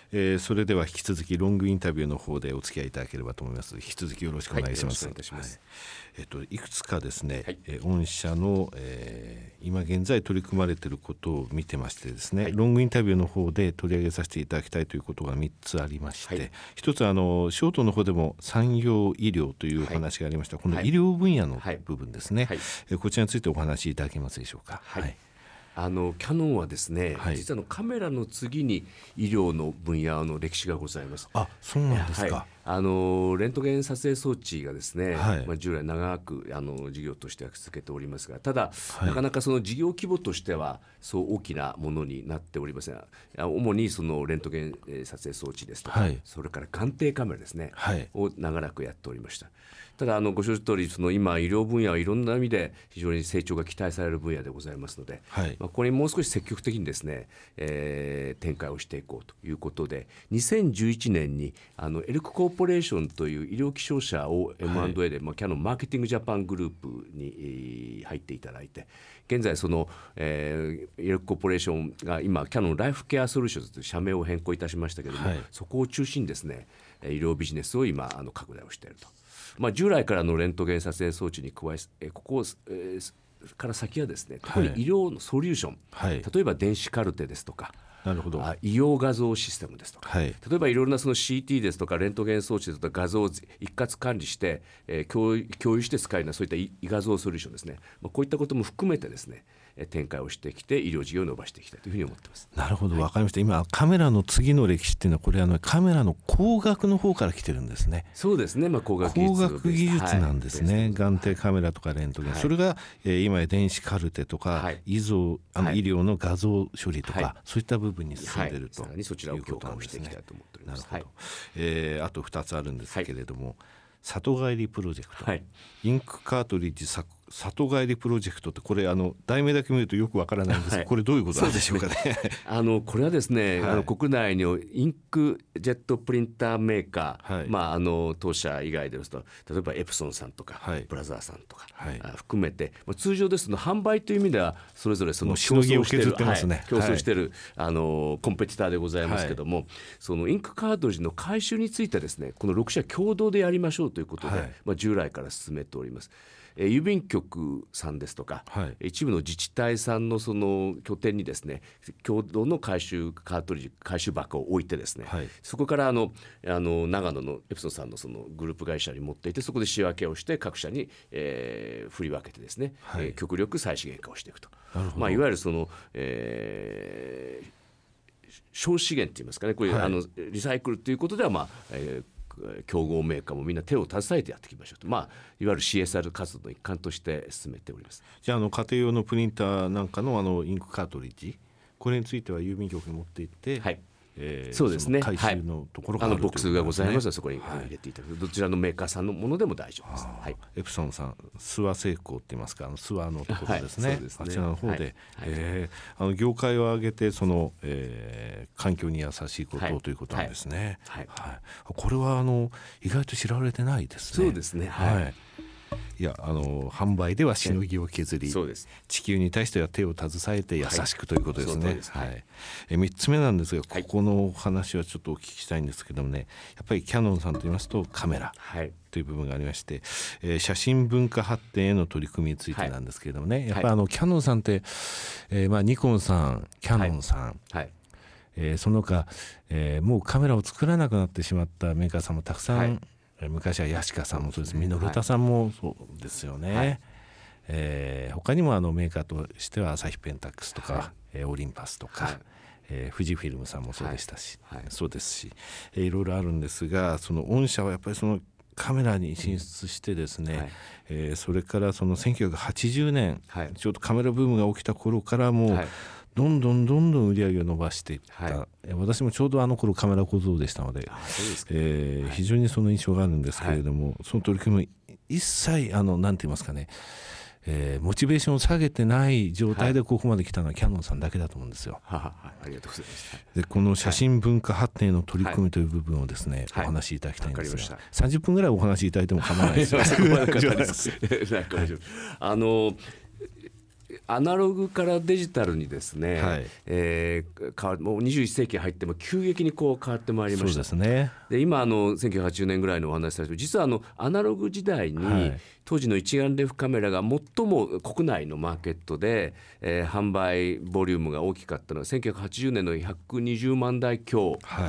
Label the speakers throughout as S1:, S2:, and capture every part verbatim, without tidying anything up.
S1: えー、それでは引き続きロングインタビューの方でお付き合いいただければと思います。引き続きよろしくお願いします。
S2: はい、よろしくお願いいたします。
S1: はい、えっと、いくつかですね、
S2: はい、
S1: えー、御社の、えー、今現在取り組まれていることを見てましてですね、
S2: はい、
S1: ロングインタビューの方で取り上げさせていただきたいということがみっつありまして、はい、ひとつあのショートの方でも産業医療というお話がありました、はい、この医療分野の部分ですね、はいはい、えー、こちらについてお話しいただけますでしょうか。
S2: はい、はい、あのキヤノンはですね、はい、実はのカメラの次に医療の分野の歴史がございます。
S1: あ、そうなんですか。
S2: はい、あのレントゲン撮影装置がですね、
S1: はい、
S2: まあ、従来長くあの事業としては続けておりますが、ただ、はい、なかなかその事業規模としてはそう大きなものになっておりません。主にそのレントゲン撮影装置ですとか、はい、それから眼底カメラですね、はい、を長らくやっておりました。ただあのご承知の通り、その今医療分野はいろんな意味で非常に成長が期待される分野でございますので、はい、まあ、これにもう少し積極的にですね、えー、展開をしていこうということで、にせんじゅういちねんにあのエルクコーポレーションという医療気象社を エムアンドエー で、はい、まあ、キヤノンマーケティングジャパングループに、えー、入っていただいて、現在その、えー、エルクコーポレーションが今キヤノンライフケアソリューションズという社名を変更いたしましたけれども、はい、そこを中心にですね医療ビジネスを今あの拡大をしていると。まあ、従来からのレントゲン撮影装置に加え、えここ、えー、から先はですね、特に医療のソリューション、はい、例えば電子カルテですとか、
S1: なるほど、
S2: 医療画像システムですとか、はい、例えばいろいろなその シーティー ですとかレントゲン装置ですとか画像を一括管理して、えー、共, 共有して使えるようなそういった医画像ソリューションですね、まあ、こういったことも含めてですね展開をしてきて医療事業を伸ばしていきたいというふうに思っています。
S1: なるほど、分かりました。今カメラの次の歴史っていうのはこれあのカメラの光学の方から来てるんですね。
S2: そうですね、まあ、光学技術、
S1: 光学技術なんですね、はい、眼底カメラとかレントゲン、はい、それが、えー、今や電子カルテとか、はい、医像あの、はい、医療の画像処理とか、はい、そういった部分に進んでいると、
S2: はい、さらにそちらを強化をしていきたいと思っております。
S1: なるほど、はい、えー、あとふたつあるんですけれども、はい、里帰りプロジェクト、はい、インクカートリッジ里帰りプロジェクトってこれあの題名だけ見るとよくわからないんですが、はい、これどういうことなんでしょうかね。
S2: あのこれはですね、はい、あの国内にインクジェットプリンターメーカー、はい、まあ、あの当社以外ですと例えばエプソンさんとか、はい、ブラザーさんとか、はい、含めて通常ですと販売という意味ではそれぞれその
S1: 競争してる、はい、
S2: 競争してる、はい、あのコンペティターでございますけども、はい、そのインクカートリッジの回収についてですねこのろく社共同でやりましょうということで、はい、まあ、従来から進めております。えー、郵便局さんですとか、はい、一部の自治体さんのその拠点にですね共同の回収カートリッジ回収箱を置いてですね、はい、そこからあのあの長野のエプソンさんのそのグループ会社に持っていてそこで仕分けをして各社に、えー、振り分けてですね、はい、えー、極力再資源化をしていくと、まあ、いわゆるその、えー、小資源といいますかね、これ、はい、あのリサイクルということでは、まあ、えー競合メーカーもみんな手を携えてやっていきましょうと、まあ、いわゆる シーエスアール 活動の一環として進めております。
S1: じゃあ、あの家庭用のプリンターなんか の, あのインクカートリッジこれについては郵便局に持っていって、はい、えー、
S2: そうですね、
S1: 回収のところがある、
S2: はい、あのボックスがございますのでそこに入れていただく、はい、どちらのメーカーさんのものでも大丈夫です。はい、
S1: エプソンさん諏訪製鋼って言いますか、あの諏訪のところですね、はい、ですね、あちらの方で、はいはい、えー、あの業界を挙げてその、えー、環境に優しいことを、はい、ということなんですね、はいはいはい、これはあの意外と知られてないですね。
S2: そうですね、はい、はい、
S1: いやあの販売ではしのぎを削り、
S2: そうです、
S1: 地球に対しては手を携えて優しくということですね。はい、はい、えみっつめなんですが、ここの話はちょっとお聞きしたいんですけどもね、やっぱりキヤノンさんと言いますとカメラという部分がありまして、えー、写真文化発展への取り組みについてなんですけれどもね、はい、やっぱりあのキヤノンさんって、えーまあ、ニコンさんキヤノンさん、はいはい、えー、その他、えー、もうカメラを作らなくなってしまったメーカーさんもたくさん、はい、昔はヤシカさんもそうです、ミノルタさんもそうですよね、はい、えー、他にもあのメーカーとしてはアサヒペンタックスとか、はい、えー、オリンパスとか、はい、えー、富士フィルムさんもそうでしたし、はいはい、そうですし、えー、いろいろあるんですが、その御社はやっぱりそのカメラに進出してですね、はい、えー、それからそのせんきゅうひゃくはちじゅうねん、はい、ちょうどカメラブームが起きた頃からもう、はい、どんどんどんどん売り上げを伸ばしていった、はい、私もちょうどあの頃カメラ小僧でしたので、えーはい、非常にその印象があるんですけれども、はい、その取り組み一切あのなんて言いますかね、えー、モチベーションを下げてない状態でここまで来たのはキヤノンさんだけだと思うんですよ。
S2: はい、ありがとうございます。
S1: でこの写真文化発展への取り組みという部分をですね、はい、お話しいただきたいんですが、はい、さんじゅっぷんぐらいお話しいただいても構わないですよ。
S2: あのアナログからデジタルにですね、
S1: はい、
S2: えー、変わもうにじゅういっ世紀入っても急激にこう変わってまいりました。
S1: そうですね。
S2: で今あのせんきゅうひゃくはちじゅうねんぐらいのお話されて実はあのアナログ時代に、はい、当時の一眼レフカメラが最も国内のマーケットで、えー、販売ボリュームが大きかったのはせんきゅうひゃくはちじゅうねんのひゃくにじゅうまんだい強、はい、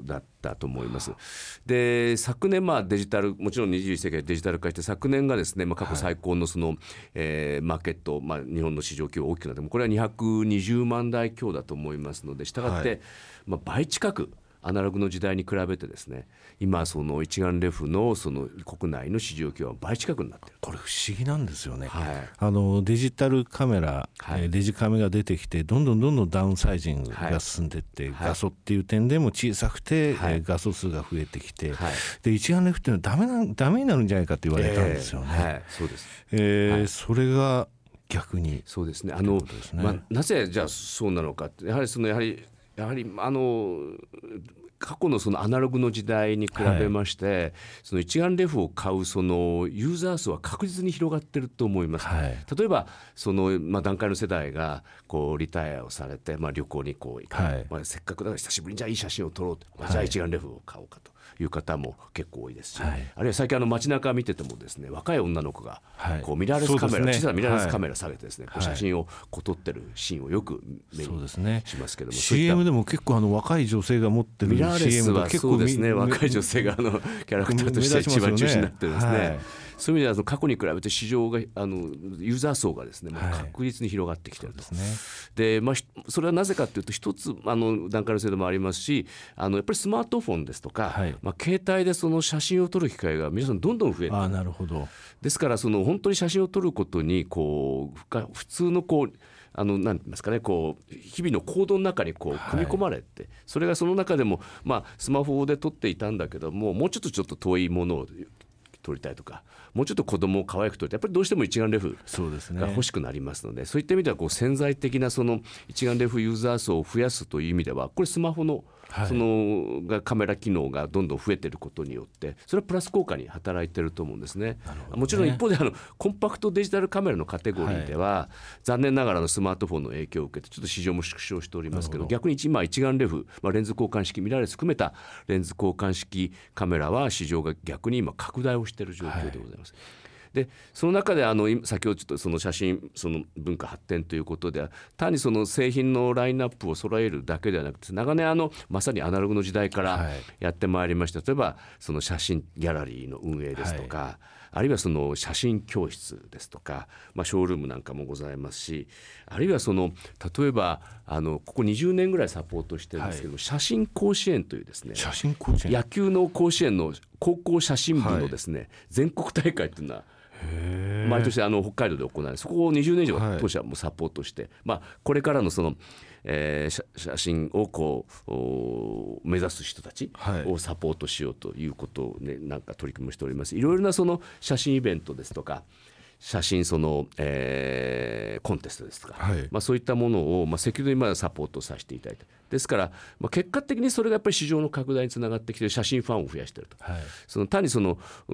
S2: だったと思います。で昨年、まあ、デジタルもちろんにじゅういっ世紀でデジタル化して昨年がですね、まあ、過去最高のその、はい、えー、マーケット、まあ、日本の市場規模大きくなってもこれはにひゃくにじゅうまんだい強だと思いますのでしたがって、はい、まあ、倍近くアナログの時代に比べてですね今その一眼レフ の, その国内の市場規模は倍近くになっている。
S1: これ不思議なんですよね、
S2: はい、
S1: あのデジタルカメラ、はい、デジカメが出てきてどんどんどんどんダウンサイジングが進んでいって、はい、画素っていう点でも小さくて、はい、画素数が増えてきて、はい、で一眼レフっていうのはダメな、ダメになるんじゃないかって言われたんですよね、
S2: えーはい、そうです、
S1: えーはい、それが逆に
S2: そうですね。あのですね、まあ、なぜじゃあそうなのかってやはりそのやはりやはりあの過去のそのアナログの時代に比べまして、はい、その一眼レフを買うそのユーザー数は確実に広がっていると思います、はい、例えばその、まあ、段階の世代がこうリタイアをされて、まあ、旅行にこう行く、はい、まあ、せっかくだから久しぶりにじゃあいい写真を撮ろうと、まあ、じゃあ一眼レフを買おうかという方も結構多いですし、はい、あるいは最近あの街中見ててもですね若い女の子がこうミラーレスカメラ、はい、小さなミラーレスカメラ下げてですね、はい、こう写真をこう撮ってるシーンをよく目にしますけども、
S1: シーエム でも結構あの若い女性が持ってる シーエム が結構
S2: ミラーレスはそうですね、若い女性があのキャラクターとして一番中心になってるんですね、はい、そういう意味では過去に比べて市場があのユーザー層がですねもう確実に広がってきていると、はい、で、まあ、それはなぜかというと一つあの段階の制度もありますしあのやっぱりスマートフォンですとか、はい、まあ、携帯でその写真を撮る機会が皆さんどんどん増えている。
S1: あ、なるほど。
S2: ですからその本当に写真を撮ることにこう普通のこうあのなんて言いますかね、こう日々の行動の中にこう組み込まれて、はい、それがその中でも、まあ、スマホで撮っていたんだけどももうちょっとちょっと遠いものを撮りたいとかもうちょっと子供を可愛く撮りたい、やっぱりどうしても一眼レフが欲しくなりますので、そういった意味ではこう潜在的なその一眼レフユーザー層を増やすという意味ではこれスマホのそのがカメラ機能がどんどん増えていることによってそれはプラス効果に働いていると思うんです ね, ねもちろん一方であのコンパクトデジタルカメラのカテゴリーでは、はい、残念ながらのスマートフォンの影響を受けてちょっと市場も縮小しておりますけど、逆に今一眼レフ、まあ、レンズ交換式ミラーレス含めたレンズ交換式カメラは市場が逆に今拡大をしている状況でございます、はい。でその中であの先ほどちょっとその写真その文化発展ということでは単にその製品のラインナップを揃えるだけではなくて長年あのまさにアナログの時代からやってまいりました、はい、例えばその写真ギャラリーの運営ですとか、はい、あるいはその写真教室ですとか、まあ、ショールームなんかもございますし、あるいはその例えばあのここにじゅうねんぐらいサポートしてるんですけど、はい、写真甲子園というですね
S1: 写真甲子園野
S2: 球の甲子園の高校写真部のですね、はい、全国大会というのは毎年あの北海道で行われ、そこをにじゅうねん以上当社もサポートして、はい、まあ、これからのその、えー、写真をこう目指す人たちをサポートしようということを、ね、なんか取り組みをしております。いろいろなその写真イベントですとか写真その、えー、コンテストですとか、はい、まあ、そういったものを、まあ、積極的にまだサポートさせていただいて、ですから、まあ、結果的にそれがやっぱり市場の拡大につながってきて写真ファンを増やしていると、はい、その単にその、うん、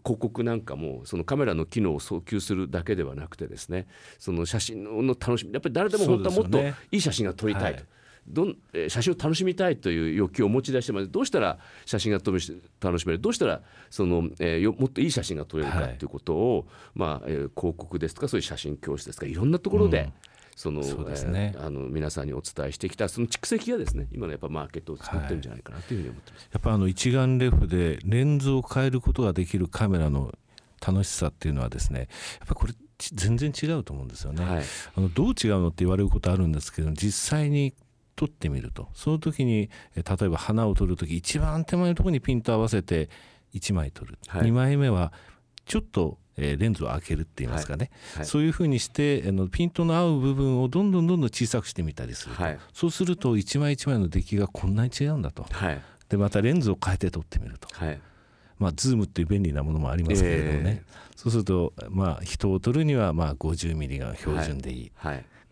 S2: 広告なんかもそのカメラの機能を訴求するだけではなくてですね、その写真の楽しみ、やっぱり誰でも本当はもっといい写真が撮りたいと、どん写真を楽しみたいという欲求を持ち出してまで、どうしたら写真が楽しめる、どうしたらその、えー、よもっといい写真が撮れるかということを、はい、まあえー、広告ですとかそういう写真教室ですとかいろんなところで、うん、そのそうですね、えー、あの皆さんにお伝えしてきたその蓄積がですね今のやっぱマーケットを作ってるんじゃないかなというふうに思ってます、はい、
S1: やっぱあの一眼レフでレンズを変えることができるカメラの楽しさっていうのはですね、やっぱこれ全然違うと思うんですよね、はい、あのどう違うのって言われることあるんですけど、実際に撮ってみるとその時に例えば花を撮る時一番手前のところにピント合わせていちまい撮る、はい、にまいめはちょっとレンズを開けるって言いますかね、はいはい、そういうふうにしてあのピントの合う部分をどんどんどんどん小さくしてみたりすると、はい、そうすると一枚一枚の出来がこんなに違うんだと、はい、でまたレンズを変えて撮ってみると、はい、まあ、ズームっていう便利なものもありますけれどもね、えー、そうすると、まあ、人を撮るにはまあごじゅうミリが標準でいい、はいはい、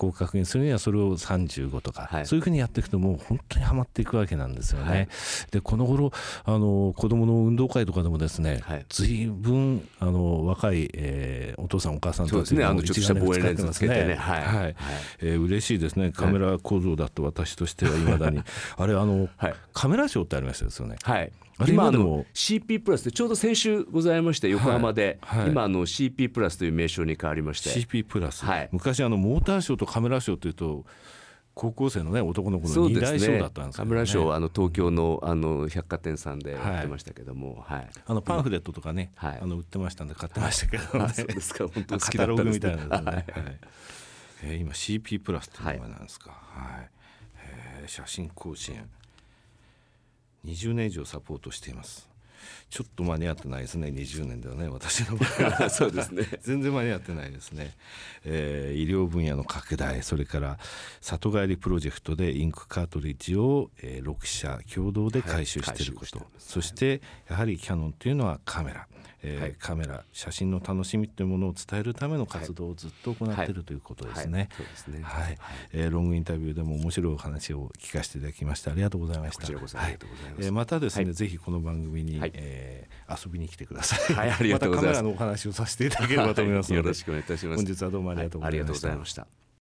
S1: こう確認するにはそれをさんじゅうごとか、はい、そういうふうにやっていくともう本当にはまっていくわけなんですよね、はい、でこの頃あの子どもの運動会とかでもですね、はい、随分あの若い、えー、お父さんお母さんたちが一眼レフ使ってますね。嬉しいですね。カメラ構造だと私としてはいまだに、はい、あれあの、はい、カメラショーってありましたですよね、はい、
S2: 今あの シーピー プラスでちょうど先週ございまして横浜で、はいはい、今あの シーピー プラスという名称に変わりまして
S1: シーピー プラス、はい、昔あのモーターショーとカメラショーというと高校生の、ね、男の子のに大ショーだったんですけど、ね、
S2: カメラショーあの東京 の, あの百貨店さんでやってましたけども、はいはい、
S1: あのパンフレットとかね、うん、あの売ってましたんで買ってましたけど、ね、
S2: そうですか、本当好き
S1: だ
S2: ったんですね。
S1: カタログみたいなですね、はいはい、えー、今 シーピー プラスという名前なんですか、はいはい、えー、写真甲子園にじゅうねん以上サポートしています。ちょっと間に合ってないですね、にじゅうねんではね、私の場合は
S2: そうですね
S1: 全然間に合ってないですね、えー、医療分野の拡大、それから里帰りプロジェクトでインクカートリッジを、えー、ろく社共同で回収していること、はい、そしてやはりキヤノンというのはカメラ、えーはい、カメラ写真の楽しみというものを伝えるための活動をずっと行っているということですね。ロングインタビューでも面白いお話を聞かせていただきましてありがとうございました。
S2: こちらこそありがとうございます、
S1: はい、またですね、
S2: はい、
S1: ぜひこの番組に、はい、えー、遊びに来てください。
S2: はい、ありがとうございます。
S1: またカメラのお話をさせていただければと思いますので、
S2: よろしくお願いいたします。
S1: 本日はどうもありがとうございました。
S2: はい、ありがとうございました。